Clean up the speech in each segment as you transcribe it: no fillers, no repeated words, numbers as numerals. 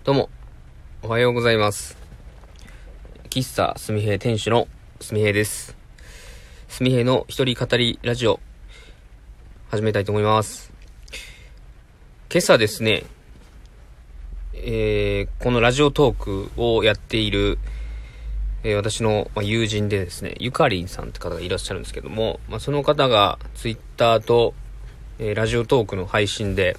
どうも、おはようございます。喫茶すみへい店主のすみへいです。すみへいの一人語りラジオ、始めたいと思います。今朝ですね、このラジオトークをやっている、私の友人でですね、ゆかりんさんって方がいらっしゃるんですけども、その方がツイッターと、ラジオトークの配信で、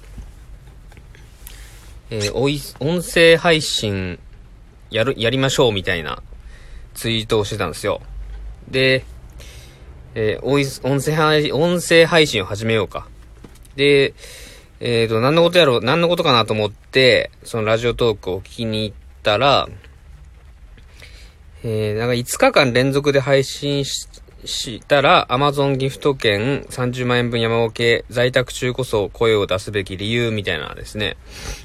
音声配信やりましょうみたいなツイートをしてたんですよ。で、音声配信を始めようか。で、何のことかなと思って、そのラジオトークを聞きに行ったら、なんか5日間連続で配信したら、Amazon ギフト券30万円分山分け、在宅中こそ声を出すべき理由みたいなですね。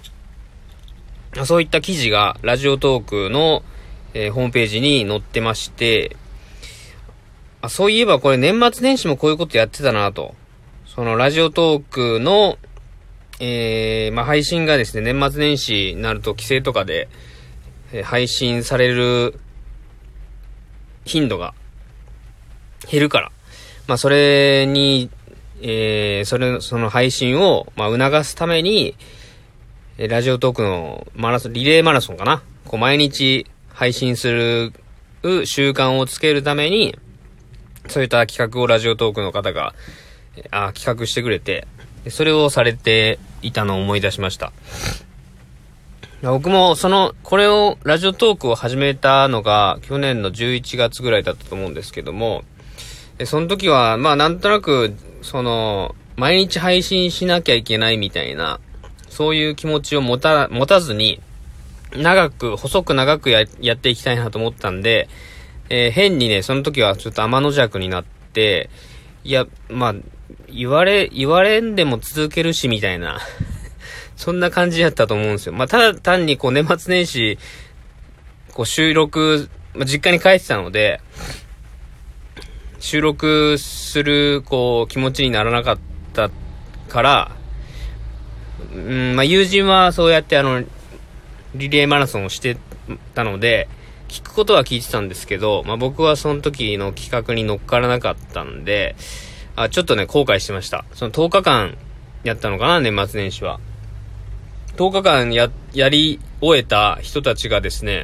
そういった記事がラジオトークの、ホームページに載ってまして、そういえばこれ年末年始もこういうことやってたなと。そのラジオトークの、配信がですね、年末年始になると規制とかで、配信される頻度が減るから。それに、その配信を、促すために、ラジオトークのリレーマラソンかな。毎日配信する習慣をつけるために、そういった企画をラジオトークの方が、企画してくれて、それをされていたのを思い出しました。僕もこれを、ラジオトークを始めたのが、去年の11月ぐらいだったと思うんですけども、その時は、なんとなく、毎日配信しなきゃいけないみたいな、そういう気持ちを持たずに、細く長くやっていきたいなと思ったんで、変にね、その時はちょっと天の弱になって、言われんでも続けるし、みたいな、そんな感じだったと思うんですよ。ただ単に年末年始、収録、実家に帰ってたので、収録する、気持ちにならなかったから、友人はそうやってリレーマラソンをしてたので、聞くことは聞いてたんですけど、僕はその時の企画に乗っからなかったんで、ちょっとね、後悔してました。その10日間やったのかな、年末年始は。10日間やり終えた人たちがですね、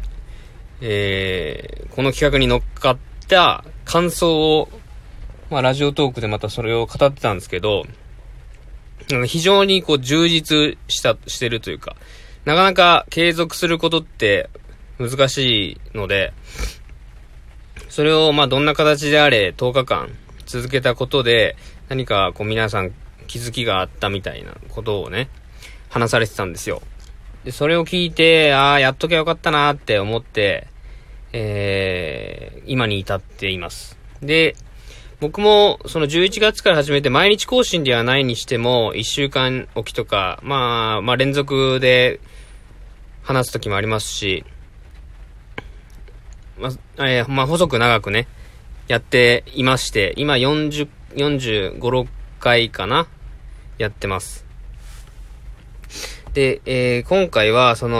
この企画に乗っかった感想を、ラジオトークでまたそれを語ってたんですけど、非常に充実してるというか、なかなか継続することって難しいので、それをどんな形であれ10日間続けたことで、何か皆さん気づきがあったみたいなことをね、話されてたんですよ。で、それを聞いて、やっときゃよかったなって思って、今に至っています。で、僕もその11月から始めて毎日更新ではないにしても1週間おきとか、連続で話すときもありますし、細く長くね、やっていまして、今45、6回かなやってます。で、今回はこ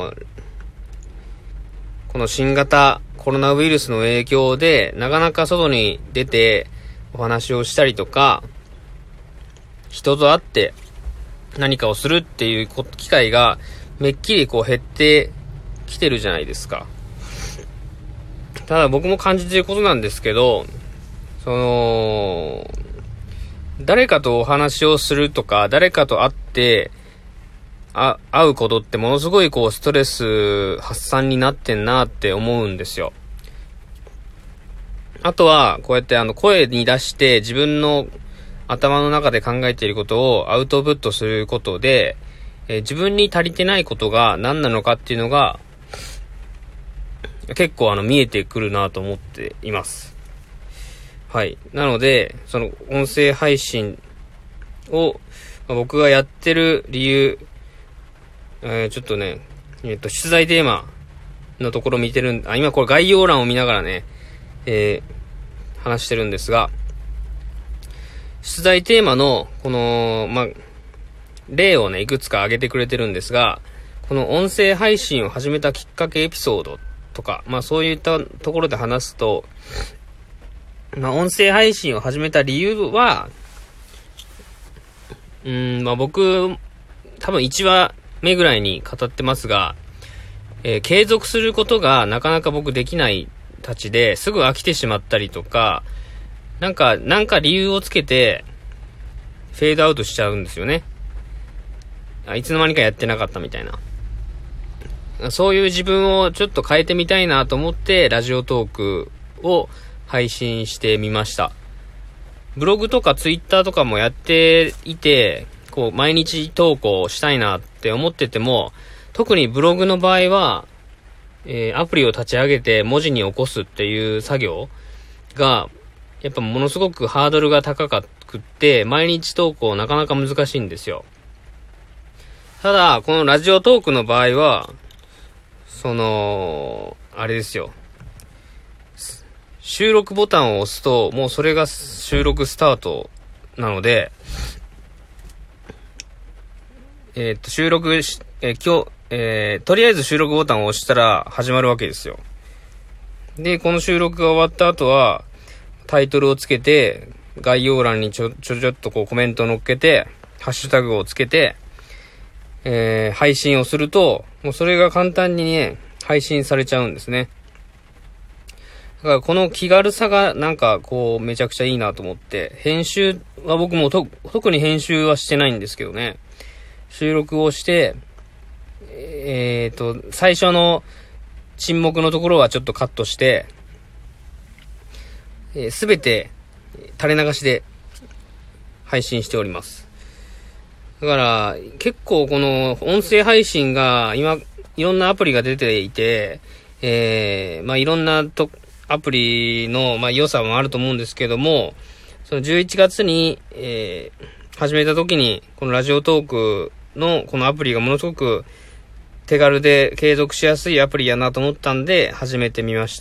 の新型コロナウイルスの影響でなかなか外に出てお話をしたりとか、人と会って何かをするっていう機会がめっきり減ってきてるじゃないですか。ただ僕も感じていることなんですけど、誰かとお話をするとか、誰かと会って会うことってものすごいストレス発散になってんなって思うんですよ。あとはこうやって声に出して自分の頭の中で考えていることをアウトプットすることで、自分に足りてないことが何なのかっていうのが結構見えてくるなと思っています。はい。なので、その音声配信を僕がやってる理由、ちょっとね、出題テーマのところ見てる今これ概要欄を見ながらね、話してるんですが、出題テーマの、例をね、いくつか挙げてくれてるんですが、 この音声配信を始めたきっかけエピソードとか、そういったところで話すと、音声配信を始めた理由は、僕、多分1話目ぐらいに語ってますが、継続することがなかなか僕できないたちで、すぐ飽きてしまったりとか、なんか理由をつけて、フェードアウトしちゃうんですよね。いつの間にかやってなかったみたいな。そういう自分をちょっと変えてみたいなと思って、ラジオトークを配信してみました。ブログとかツイッターとかもやっていて、毎日投稿したいなって思ってても、特にブログの場合は、アプリを立ち上げて文字に起こすっていう作業が、やっぱものすごくハードルが高くって、毎日投稿なかなか難しいんですよ。ただ、このラジオトークの場合は、あれですよ。収録ボタンを押すと、もうそれが収録スタートなので、収録し、とりあえず収録ボタンを押したら始まるわけですよ。で、この収録が終わった後は、タイトルをつけて、概要欄にちょっとコメントを乗っけて、ハッシュタグをつけて、配信をすると、もうそれが簡単にね、配信されちゃうんですね。だからこの気軽さがめちゃくちゃいいなと思って、編集は僕も特に編集はしてないんですけどね、収録をして、最初の沈黙のところはちょっとカットして、すべて垂れ流しで配信しております。だから結構この音声配信が今いろんなアプリが出ていて、いろんなアプリの良さもあると思うんですけども、その11月に、始めた時にこのラジオトークのこのアプリがものすごく手軽で継続しやすいアプリやなと思ったんで始めてみました。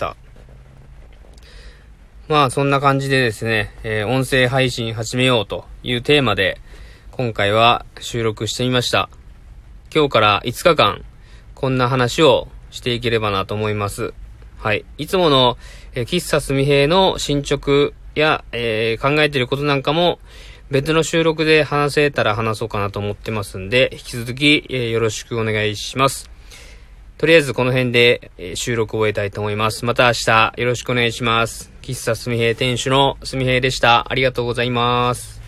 そんな感じでですね、音声配信始めようというテーマで今回は収録してみました。今日から5日間こんな話をしていければなと思います。はい。いつもの、喫茶すみへいの進捗や、考えていることなんかも別の収録で話せたら話そうかなと思ってますんで、引き続き、よろしくお願いします。とりあえずこの辺で、収録を終えたいと思います。また明日よろしくお願いします。喫茶すみへい店主のすみへいでした。ありがとうございます。